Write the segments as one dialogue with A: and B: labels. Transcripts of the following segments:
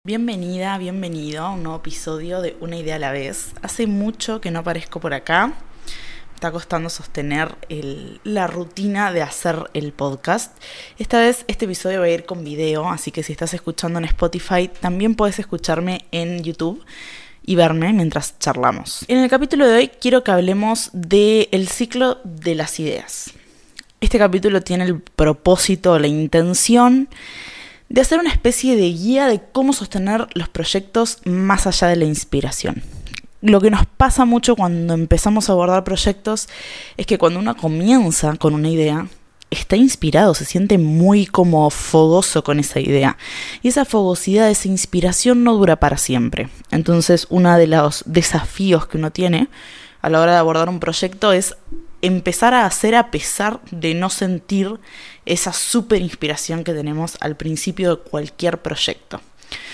A: Bienvenida, bienvenido a un nuevo episodio de Una Idea a la Vez. Hace mucho que no aparezco por acá. Me está costando sostener la rutina de hacer el podcast. Esta vez este episodio va a ir con video, así que si estás escuchando en Spotify, también puedes escucharme en YouTube y verme mientras charlamos. En el capítulo de hoy quiero que hablemos del ciclo de las ideas. Este capítulo tiene el propósito, la intención de hacer una especie de guía de cómo sostener los proyectos más allá de la inspiración. Lo que nos pasa mucho cuando empezamos a abordar proyectos es que cuando uno comienza con una idea, está inspirado, se siente muy como fogoso con esa idea. Y esa fogosidad, esa inspiración no dura para siempre. Entonces, uno de los desafíos que uno tiene a la hora de abordar un proyecto es empezar a hacer a pesar de no sentir esa súper inspiración que tenemos al principio de cualquier proyecto.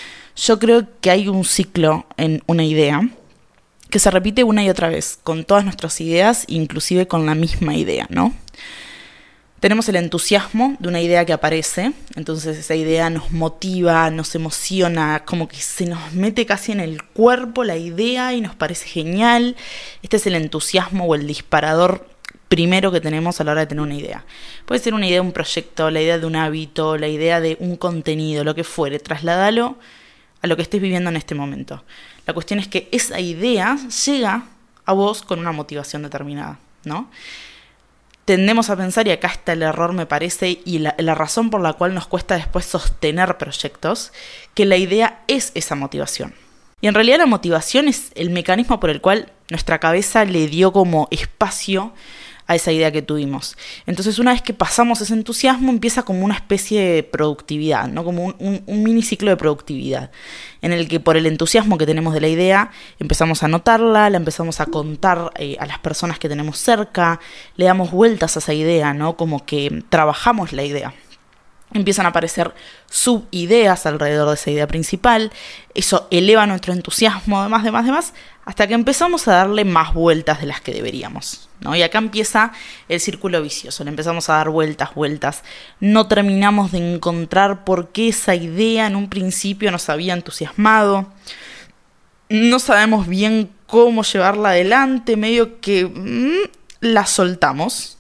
A: Yo creo que hay un ciclo en una idea que se repite una y otra vez con todas nuestras ideas, inclusive con la misma idea, ¿no? Tenemos el entusiasmo de una idea que aparece, entonces esa idea nos motiva, nos emociona, como que se nos mete casi en el cuerpo la idea y nos parece genial. Este es el entusiasmo o el disparador primero que tenemos a la hora de tener una idea. Puede ser una idea de un proyecto, la idea de un hábito, la idea de un contenido, lo que fuere. Trasládalo a lo que estés viviendo en este momento. La cuestión es que esa idea llega a vos con una motivación determinada, ¿no? Tendemos a pensar, y acá está el error me parece, y la razón por la cual nos cuesta después sostener proyectos, que la idea es esa motivación. Y en realidad la motivación es el mecanismo por el cual nuestra cabeza le dio como espacio a esa idea que tuvimos. Entonces, una vez que pasamos ese entusiasmo, empieza como una especie de productividad, ¿no? Como un mini ciclo de productividad, en el que por el entusiasmo que tenemos de la idea, empezamos a notarla, la empezamos a contar a las personas que tenemos cerca, le damos vueltas a esa idea, ¿no? Como que trabajamos la idea. Empiezan a aparecer subideas alrededor de esa idea principal, eso eleva nuestro entusiasmo, demás, hasta que empezamos a darle más vueltas de las que deberíamos, ¿no? Y acá empieza el círculo vicioso, le empezamos a dar vueltas, no terminamos de encontrar por qué esa idea en un principio nos había entusiasmado, no sabemos bien cómo llevarla adelante, medio que la soltamos,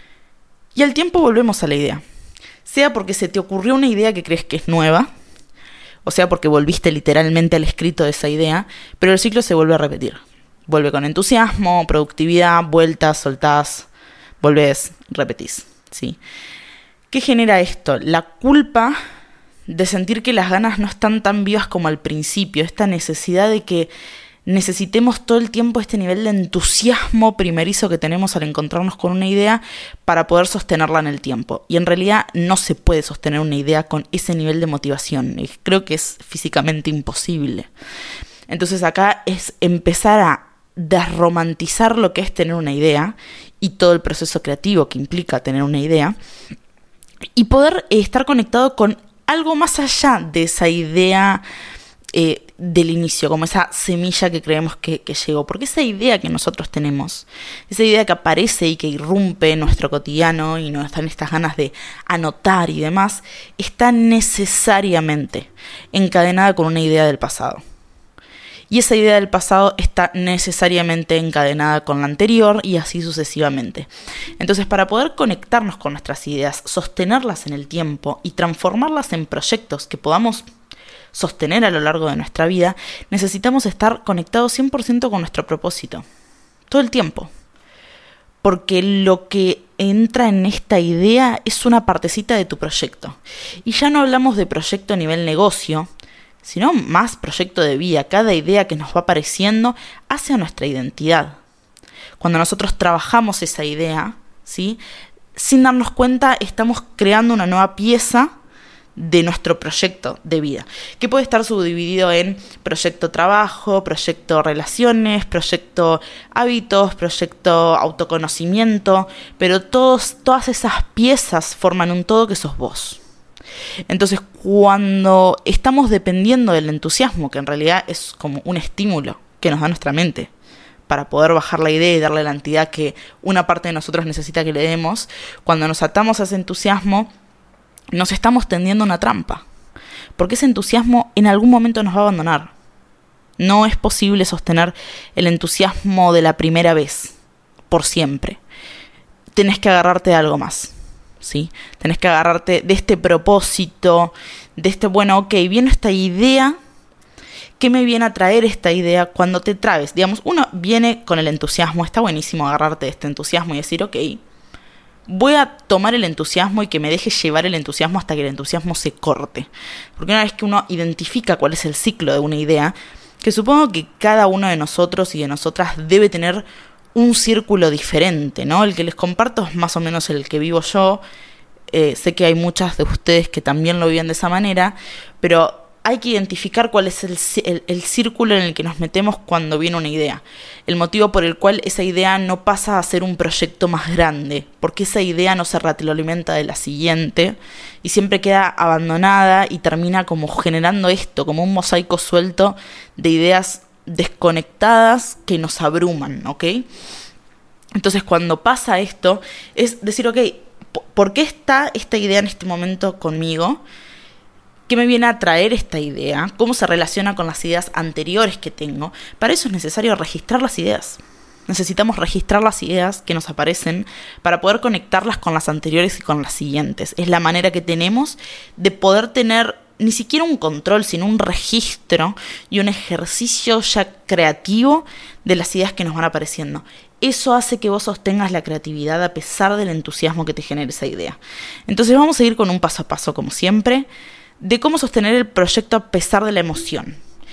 A: y al tiempo volvemos a la idea. Sea porque se te ocurrió una idea que crees que es nueva, o sea porque volviste literalmente al escrito de esa idea, pero el ciclo se vuelve a repetir. Vuelve con entusiasmo, productividad, vueltas, soltás, volvés, repetís, ¿sí? ¿Qué genera esto? La culpa de sentir que las ganas no están tan vivas como al principio, esta necesidad de que necesitemos todo el tiempo este nivel de entusiasmo primerizo que tenemos al encontrarnos con una idea para poder sostenerla en el tiempo. Y en realidad no se puede sostener una idea con ese nivel de motivación. Creo que es físicamente imposible. Entonces acá es empezar a desromantizar lo que es tener una idea y todo el proceso creativo que implica tener una idea y poder estar conectado con algo más allá de esa idea del inicio, como esa semilla que creemos que llegó, porque esa idea que nosotros tenemos, esa idea que aparece y que irrumpe en nuestro cotidiano y nos están estas ganas de anotar y demás, está necesariamente encadenada con una idea del pasado. Y esa idea del pasado está necesariamente encadenada con la anterior y así sucesivamente. Entonces, para poder conectarnos con nuestras ideas, sostenerlas en el tiempo y transformarlas en proyectos que podamos sostener a lo largo de nuestra vida, necesitamos estar conectados 100% con nuestro propósito, todo el tiempo. Porque lo que entra en esta idea es una partecita de tu proyecto. Y ya no hablamos de proyecto a nivel negocio, sino más proyecto de vida. Cada idea que nos va apareciendo hace a nuestra identidad. Cuando nosotros trabajamos esa idea, ¿sí? Sin darnos cuenta, estamos creando una nueva pieza de nuestro proyecto de vida, que puede estar subdividido en proyecto trabajo, proyecto relaciones, proyecto hábitos, proyecto autoconocimiento, pero todas esas piezas forman un todo que sos vos. Entonces, cuando estamos dependiendo del entusiasmo, que en realidad es como un estímulo que nos da nuestra mente para poder bajar la idea y darle la entidad que una parte de nosotros necesita que le demos, cuando nos atamos a ese entusiasmo, nos estamos tendiendo una trampa. porque ese entusiasmo en algún momento nos va a abandonar. No es posible sostener el entusiasmo de la primera vez, por siempre. Tenés que agarrarte de algo más, ¿sí? Tenés que agarrarte de este propósito, de este, bueno, ok, viene esta idea. ¿Qué me viene a traer esta idea cuando te trabes? Digamos, uno viene con el entusiasmo, está buenísimo agarrarte de este entusiasmo y decir, ok, voy a tomar el entusiasmo y que me deje llevar el entusiasmo hasta que el entusiasmo se corte. Porque una vez que uno identifica cuál es el ciclo de una idea, que supongo que cada uno de nosotros y de nosotras debe tener un círculo diferente, ¿no? El que les comparto es más o menos el que vivo yo. Sé que hay muchas de ustedes que también lo viven de esa manera, pero hay que identificar cuál es el círculo en el que nos metemos cuando viene una idea. El motivo por el cual esa idea no pasa a ser un proyecto más grande. Porque esa idea no se retroalimenta de la siguiente y siempre queda abandonada y termina como generando esto, como un mosaico suelto de ideas desconectadas que nos abruman, ¿ok? Entonces cuando pasa esto es decir, ok, ¿por qué está esta idea en este momento conmigo? ¿Qué me viene a traer esta idea? ¿Cómo se relaciona con las ideas anteriores que tengo? Para eso es necesario registrar las ideas. Necesitamos registrar las ideas que nos aparecen para poder conectarlas con las anteriores y con las siguientes. Es la manera que tenemos de poder tener ni siquiera un control, sino un registro y un ejercicio ya creativo de las ideas que nos van apareciendo. Eso hace que vos sostengas la creatividad a pesar del entusiasmo que te genere esa idea. Entonces vamos a ir con un paso a paso, como siempre, de cómo sostener el proyecto a pesar de la emoción.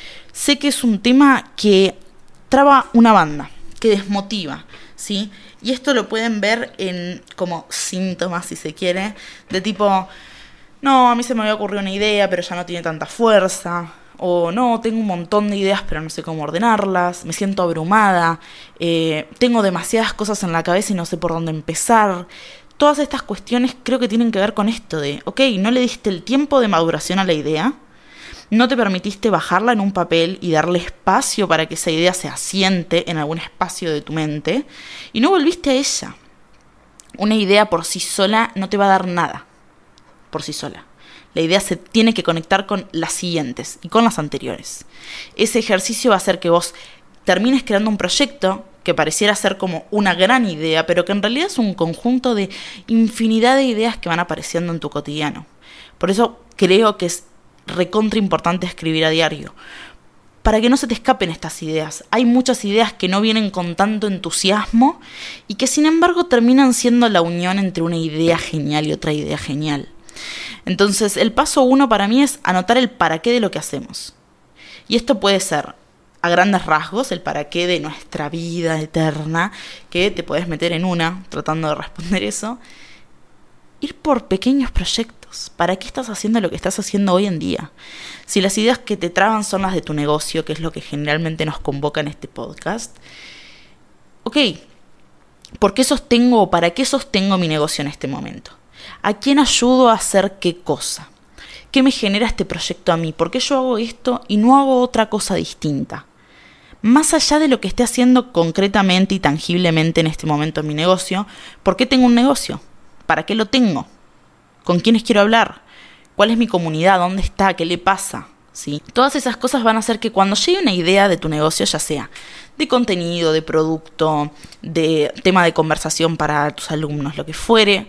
A: Sé que es un tema que traba una banda, que desmotiva, ¿sí? Y esto lo pueden ver en como síntomas, si se quiere, de tipo, no, a mí se me había ocurrido una idea, pero ya no tiene tanta fuerza. O no, tengo un montón de ideas, pero no sé cómo ordenarlas. Me siento abrumada. Tengo demasiadas cosas en la cabeza y no sé por dónde empezar. Todas estas cuestiones creo que tienen que ver con esto de, ok, no le diste el tiempo de maduración a la idea, no te permitiste bajarla en un papel y darle espacio para que esa idea se asiente en algún espacio de tu mente, y no volviste a ella. Una idea por sí sola no te va a dar nada, por sí sola. La idea se tiene que conectar con las siguientes y con las anteriores. Ese ejercicio va a hacer que vos termines creando un proyecto que pareciera ser como una gran idea, pero que en realidad es un conjunto de infinidad de ideas que van apareciendo en tu cotidiano. Por eso creo que es recontra importante escribir a diario, para que no se te escapen estas ideas. Hay muchas ideas que no vienen con tanto entusiasmo y que sin embargo terminan siendo la unión entre una idea genial y otra idea genial. Entonces el paso 1 para mí es anotar el para qué de lo que hacemos. Y esto puede ser a grandes rasgos el para qué de nuestra vida eterna, que te puedes meter en una tratando de responder eso. Ir por pequeños proyectos. ¿Para qué estás haciendo lo que estás haciendo hoy en día? Si las ideas que te traban son las de tu negocio, que es lo que generalmente nos convoca en este podcast, ok, ¿por qué sostengo o para qué sostengo mi negocio en este momento? ¿A quién ayudo a hacer qué cosa? ¿Qué me genera este proyecto a mí? ¿Por qué yo hago esto y no hago otra cosa distinta? Más allá de lo que esté haciendo concretamente y tangiblemente en este momento en mi negocio, ¿por qué tengo un negocio? ¿Para qué lo tengo? ¿Con quiénes quiero hablar? ¿Cuál es mi comunidad? ¿Dónde está? ¿Qué le pasa? ¿Sí? Todas esas cosas van a hacer que cuando llegue una idea de tu negocio, ya sea de contenido, de producto, de tema de conversación para tus alumnos, lo que fuere,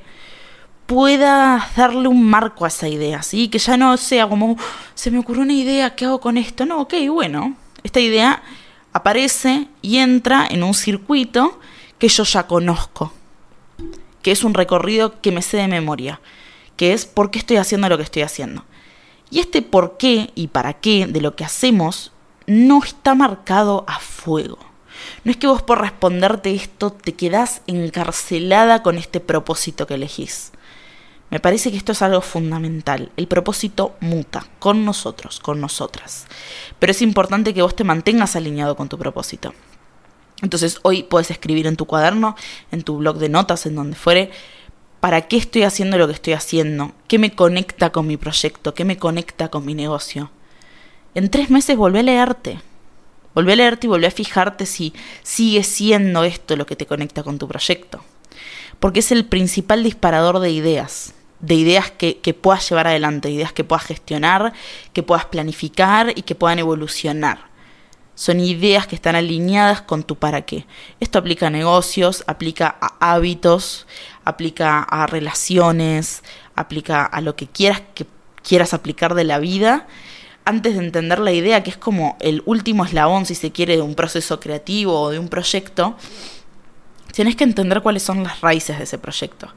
A: puedas darle un marco a esa idea, ¿sí? Que ya no sea como, se me ocurrió una idea, ¿qué hago con esto? No, ok, bueno, esta idea aparece y entra en un circuito que yo ya conozco, que es un recorrido que me sé de memoria, que es por qué estoy haciendo lo que estoy haciendo. Y este por qué y para qué de lo que hacemos no está marcado a fuego. No es que vos por responderte esto te quedás encarcelada con este propósito que elegís. Me parece que esto es algo fundamental. El propósito muta con nosotros, con nosotras. Pero es importante que vos te mantengas alineado con tu propósito. Entonces hoy puedes escribir en tu cuaderno, en tu blog de notas, en donde fuere, ¿para qué estoy haciendo lo que estoy haciendo? ¿Qué me conecta con mi proyecto? ¿Qué me conecta con mi negocio? En 3 meses volvé a leerte. Volvé a leerte y volvé a fijarte si sigue siendo esto lo que te conecta con tu proyecto. Porque es el principal disparador de ideas. de ideas que puedas llevar adelante, ideas que puedas gestionar, que puedas planificar y que puedan evolucionar. Son ideas que están alineadas con tu para qué. Esto aplica a negocios, aplica a hábitos, aplica a relaciones, aplica a lo que quieras aplicar de la vida. Antes de entender la idea, que es como el último eslabón, si se quiere, de un proceso creativo o de un proyecto, tienes que entender cuáles son las raíces de ese proyecto.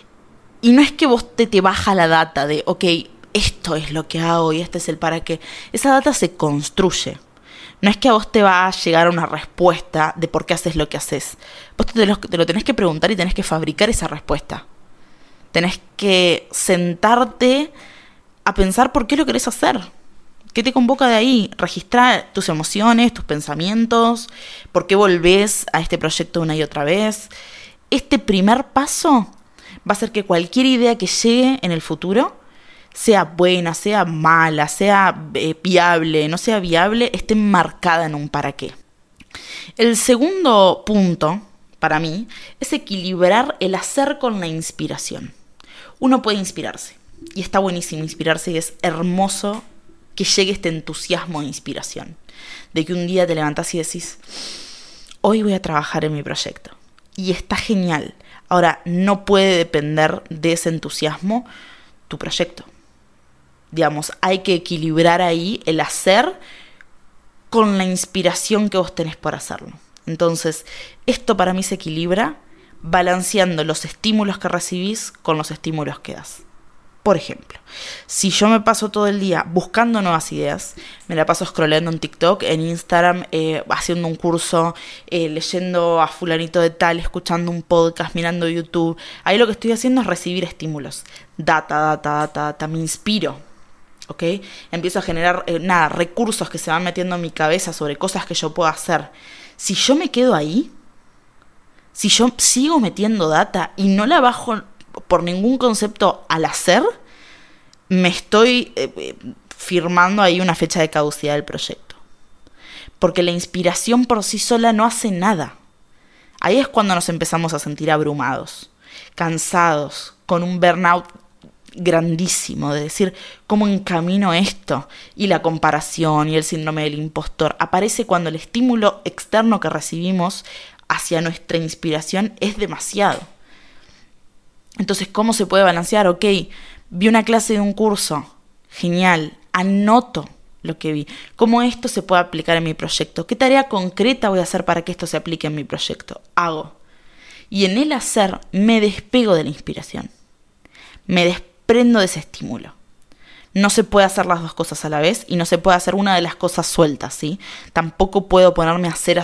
A: Y no es que vos te baja la data de, ok, esto es lo que hago y este es el para qué. Esa data se construye. No es que a vos te va a llegar una respuesta de por qué haces lo que haces. Vos te lo tenés que preguntar y tenés que fabricar esa respuesta. Tenés que sentarte a pensar por qué lo querés hacer. ¿Qué te convoca de ahí? Registrar tus emociones, tus pensamientos, por qué volvés a este proyecto una y otra vez. Este primer paso va a hacer que cualquier idea que llegue en el futuro, sea buena, sea mala, sea viable, no sea viable, esté marcada en un para qué. El segundo punto, para mí, es equilibrar el hacer con la inspiración. Uno puede inspirarse, y está buenísimo inspirarse, y es hermoso que llegue este entusiasmo e inspiración. De que un día te levantás y decís, hoy voy a trabajar en mi proyecto. Y está genial. Ahora, no puede depender de ese entusiasmo tu proyecto. Digamos, hay que equilibrar ahí el hacer con la inspiración que vos tenés por hacerlo. Entonces, esto para mí se equilibra balanceando los estímulos que recibís con los estímulos que das. Por ejemplo, si yo me paso todo el día buscando nuevas ideas, me la paso scrollando en TikTok, en Instagram, haciendo un curso, leyendo a fulanito de tal, escuchando un podcast, mirando YouTube, ahí lo que estoy haciendo es recibir estímulos. Data, me inspiro. ¿Ok? Empiezo a generar, recursos que se van metiendo en mi cabeza sobre cosas que yo puedo hacer. Si yo me quedo ahí, si yo sigo metiendo data y no la bajo por ningún concepto al hacer, me estoy firmando ahí una fecha de caducidad del proyecto. Porque la inspiración por sí sola no hace nada. Ahí es cuando nos empezamos a sentir abrumados, cansados, con un burnout grandísimo, de decir, ¿cómo encamino esto? Y la comparación y el síndrome del impostor aparece cuando el estímulo externo que recibimos hacia nuestra inspiración es demasiado. Entonces, ¿cómo se puede balancear? Ok, vi una clase de un curso, genial, anoto lo que vi. ¿Cómo esto se puede aplicar en mi proyecto? ¿Qué tarea concreta voy a hacer para que esto se aplique en mi proyecto? Hago. Y en el hacer me despego de la inspiración. Me desprendo de ese estímulo. No se puede hacer las dos cosas a la vez y no se puede hacer una de las cosas sueltas, ¿sí? Tampoco puedo ponerme a hacer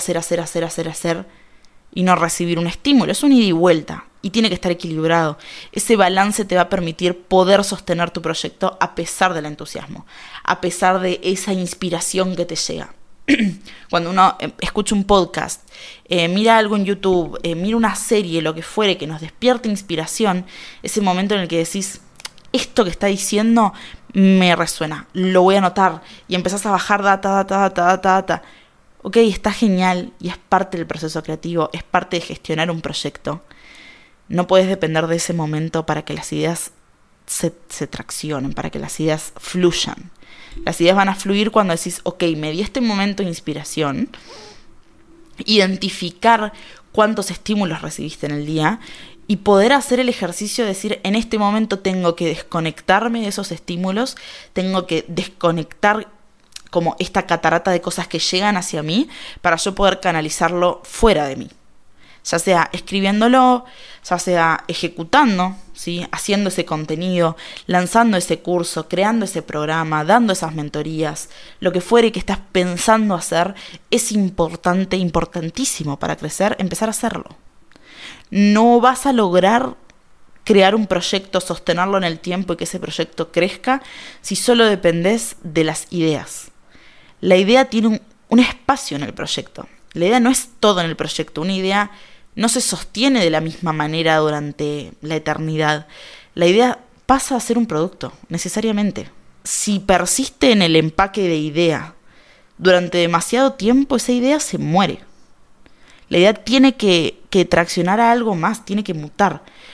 A: y no recibir un estímulo. Es un ida y vuelta y tiene que estar equilibrado. Ese balance te va a permitir poder sostener tu proyecto a pesar del entusiasmo, a pesar de esa inspiración que te llega. Cuando uno escucha un podcast, mira algo en YouTube, mira una serie, lo que fuere, que nos despierte inspiración, ese momento en el que decís, esto que está diciendo me resuena, lo voy a anotar, y empezás a bajar data. Ok, está genial y es parte del proceso creativo, es parte de gestionar un proyecto. No puedes depender de ese momento para que las ideas se traccionen, para que las ideas fluyan. Las ideas van a fluir cuando decís, ok, me di este momento de inspiración, identificar cuántos estímulos recibiste en el día y poder hacer el ejercicio de decir, en este momento tengo que desconectarme de esos estímulos, tengo que desconectar como esta catarata de cosas que llegan hacia mí para yo poder canalizarlo fuera de mí. Ya sea escribiéndolo, ya sea ejecutando, ¿sí? Haciendo ese contenido, lanzando ese curso, creando ese programa, dando esas mentorías, lo que fuere que estás pensando hacer, es importante, importantísimo para crecer, empezar a hacerlo. No vas a lograr crear un proyecto, sostenerlo en el tiempo y que ese proyecto crezca si solo dependés de las ideas. La idea tiene un espacio en el proyecto. La idea no es todo en el proyecto. Una idea no se sostiene de la misma manera durante la eternidad. La idea pasa a ser un producto, necesariamente. Si persiste en el empaque de idea durante demasiado tiempo, esa idea se muere. La idea tiene que traccionar a algo más, tiene que mutar.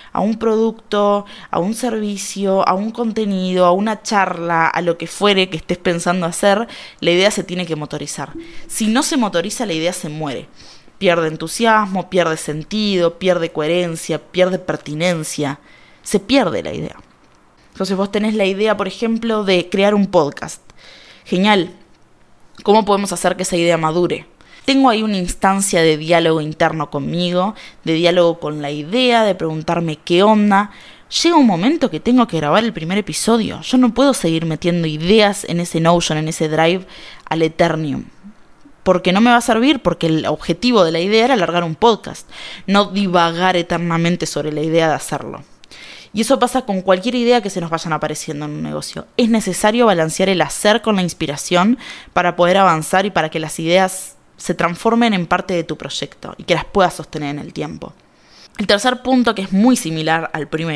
A: a un producto, a un servicio, a un contenido, a una charla, a lo que fuere que estés pensando hacer, la idea se tiene que motorizar. Si no se motoriza, la idea se muere. Pierde entusiasmo, pierde sentido, pierde coherencia, pierde pertinencia. Se pierde la idea. Entonces vos tenés la idea, por ejemplo, de crear un podcast. Genial. ¿Cómo podemos hacer que esa idea madure? Tengo ahí una instancia de diálogo interno conmigo, de diálogo con la idea, de preguntarme qué onda. Llega un momento que tengo que grabar el primer episodio. Yo no puedo seguir metiendo ideas en ese Notion, en ese Drive, al Eternium. Porque no me va a servir, porque el objetivo de la idea era alargar un podcast, no divagar eternamente sobre la idea de hacerlo. Y eso pasa con cualquier idea que se nos vayan apareciendo en un negocio. Es necesario balancear el hacer con la inspiración para poder avanzar y para que las ideas se transformen en parte de tu proyecto y que las puedas sostener en el tiempo. El tercer punto, que es muy similar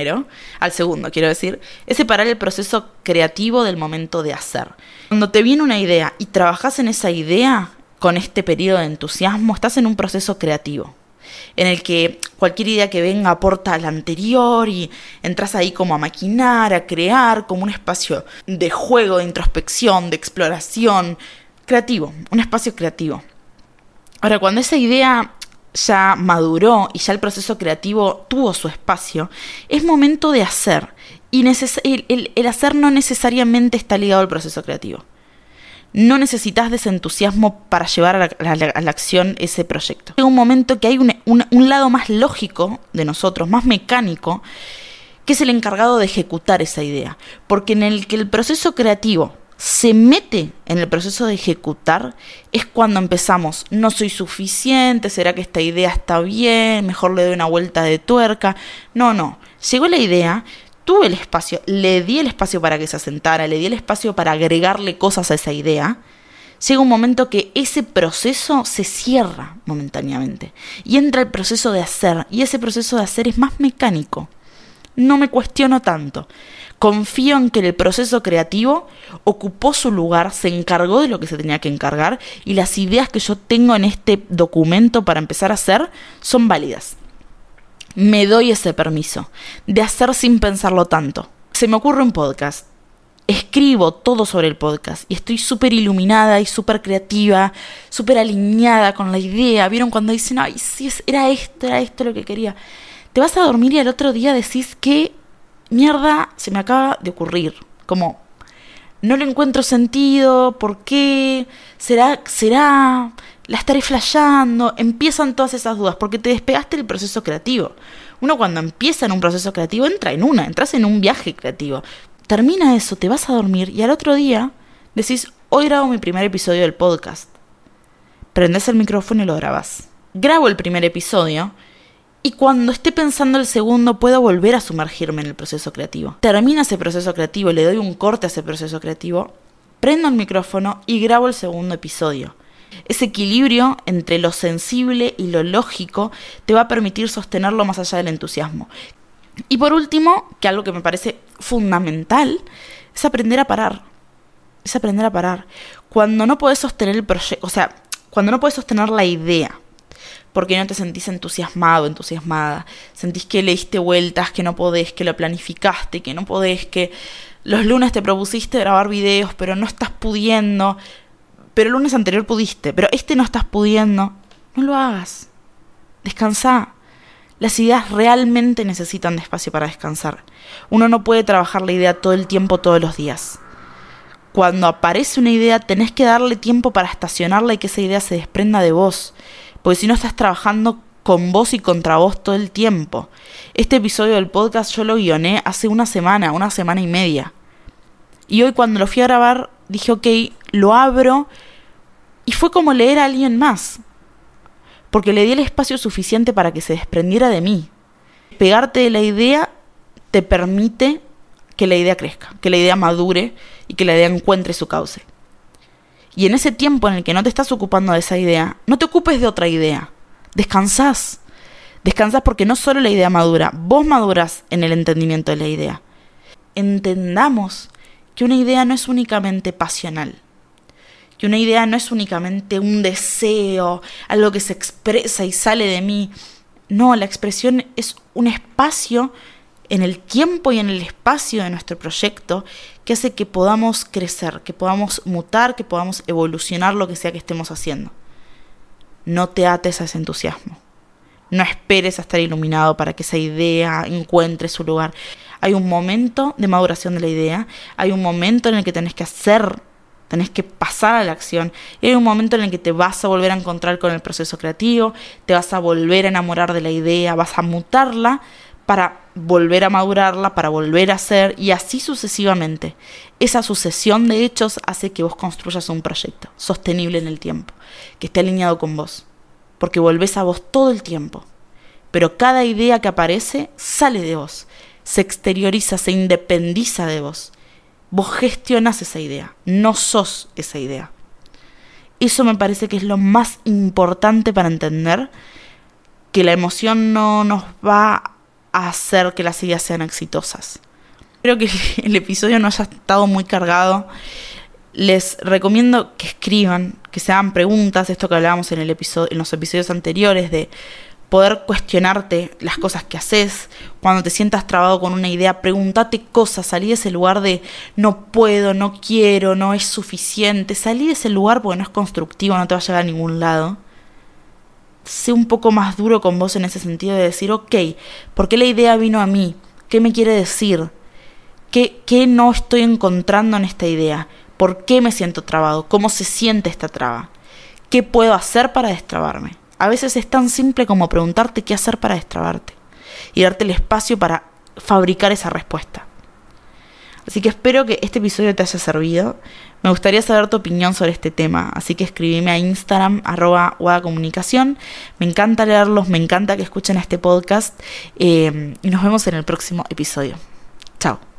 A: al segundo, es separar el proceso creativo del momento de hacer. Cuando te viene una idea y trabajas en esa idea con este periodo de entusiasmo, estás en un proceso creativo, en el que cualquier idea que venga aporta a la anterior y entras ahí como a maquinar, a crear, como un espacio de juego, de introspección, de exploración, creativo, un espacio creativo. Ahora, cuando esa idea ya maduró y ya el proceso creativo tuvo su espacio, es momento de hacer. Y el hacer no necesariamente está ligado al proceso creativo. No necesitas desentusiasmo para llevar a la acción ese proyecto. Llega un momento que hay un lado más lógico de nosotros, más mecánico, que es el encargado de ejecutar esa idea. Porque en el que el proceso creativo se mete en el proceso de ejecutar, es cuando empezamos, no soy suficiente, ¿será que esta idea está bien? Mejor le doy una vuelta de tuerca. No, llegó la idea, tuve el espacio, le di el espacio para que se asentara, le di el espacio para agregarle cosas a esa idea. Llega un momento que ese proceso se cierra momentáneamente y entra el proceso de hacer, y ese proceso de hacer es más mecánico. No me cuestiono tanto. Confío en que el proceso creativo ocupó su lugar, se encargó de lo que se tenía que encargar, y las ideas que yo tengo en este documento para empezar a hacer son válidas. Me doy ese permiso de hacer sin pensarlo tanto. Se me ocurre un podcast. Escribo todo sobre el podcast y estoy súper iluminada y súper creativa, súper alineada con la idea. ¿Vieron cuando dicen, ay, sí, era esto lo que quería? Te vas a dormir y al otro día decís, ¿qué mierda se me acaba de ocurrir? Como, no le encuentro sentido, ¿por qué? ¿Será? ¿La estaré flasheando? Empiezan todas esas dudas, porque te despegaste del proceso creativo. Uno cuando empieza en un proceso creativo, entras en un viaje creativo. Termina eso, te vas a dormir y al otro día decís, hoy grabo mi primer episodio del podcast. Prendés el micrófono y lo grabás. Grabo el primer episodio y cuando esté pensando el segundo puedo volver a sumergirme en el proceso creativo. Termina ese proceso creativo, le doy un corte a ese proceso creativo, prendo el micrófono y grabo el segundo episodio. Ese equilibrio entre lo sensible y lo lógico te va a permitir sostenerlo más allá del entusiasmo. Y por último, que algo que me parece fundamental, es aprender a parar. Cuando no podés sostener el proyecto, cuando no podés sostener la idea, porque no te sentís entusiasmado, entusiasmada, sentís que le diste vueltas, que no podés, que lo planificaste, que no podés, que los lunes te propusiste grabar videos, pero no estás pudiendo, pero el lunes anterior pudiste, pero no estás pudiendo, no lo hagas. Descansá. Las ideas realmente necesitan de espacio para descansar. Uno no puede trabajar la idea todo el tiempo, todos los días. Cuando aparece una idea, tenés que darle tiempo para estacionarla y que esa idea se desprenda de vos. Porque si no estás trabajando con vos y contra vos todo el tiempo. Este episodio del podcast yo lo guioné hace una semana y media. Y hoy cuando lo fui a grabar, dije, ok, lo abro. Y fue como leer a alguien más. Porque le di el espacio suficiente para que se desprendiera de mí. Pegarte de la idea te permite que la idea crezca, que la idea madure y que la idea encuentre su cauce. Y en ese tiempo en el que no te estás ocupando de esa idea, no te ocupes de otra idea. Descansás. Descansás porque no solo la idea madura, vos madurás en el entendimiento de la idea. Entendamos que una idea no es únicamente pasional. Que una idea no es únicamente un deseo, algo que se expresa y sale de mí. No, la expresión es un espacio en el tiempo y en el espacio de nuestro proyecto que hace que podamos crecer, que podamos mutar, que podamos evolucionar lo que sea que estemos haciendo. No te ates a ese entusiasmo. No esperes a estar iluminado para que esa idea encuentre su lugar. Hay un momento de maduración de la idea, hay un momento en el que tenés que hacer, tenés que pasar a la acción, y hay un momento en el que te vas a volver a encontrar con el proceso creativo, te vas a volver a enamorar de la idea, vas a mutarla para volver a madurarla, para volver a hacer, y así sucesivamente. Esa sucesión de hechos hace que vos construyas un proyecto sostenible en el tiempo, que esté alineado con vos, porque volvés a vos todo el tiempo. Pero cada idea que aparece sale de vos, se exterioriza, se independiza de vos. Vos gestionás esa idea, no sos esa idea. Eso me parece que es lo más importante para entender que la emoción no nos va a hacer que las ideas sean exitosas. Espero que el episodio no haya estado muy cargado. Les recomiendo que escriban, que se hagan preguntas, esto que hablábamos en los episodios anteriores, de poder cuestionarte las cosas que haces. Cuando te sientas trabado con una idea, pregúntate cosas, salí de ese lugar de no puedo, no quiero, no es suficiente. Salí de ese lugar porque no es constructivo, no te va a llevar a ningún lado. Sé un poco más duro con vos en ese sentido de decir, ok, ¿por qué la idea vino a mí? ¿Qué me quiere decir? ¿Qué no estoy encontrando en esta idea? ¿Por qué me siento trabado? ¿Cómo se siente esta traba? ¿Qué puedo hacer para destrabarme? A veces es tan simple como preguntarte qué hacer para destrabarte y darte el espacio para fabricar esa respuesta. Así que espero que este episodio te haya servido. Me gustaría saber tu opinión sobre este tema, así que escribime a Instagram, @wadacomunicación. Me encanta leerlos, me encanta que escuchen este podcast y nos vemos en el próximo episodio. Chao.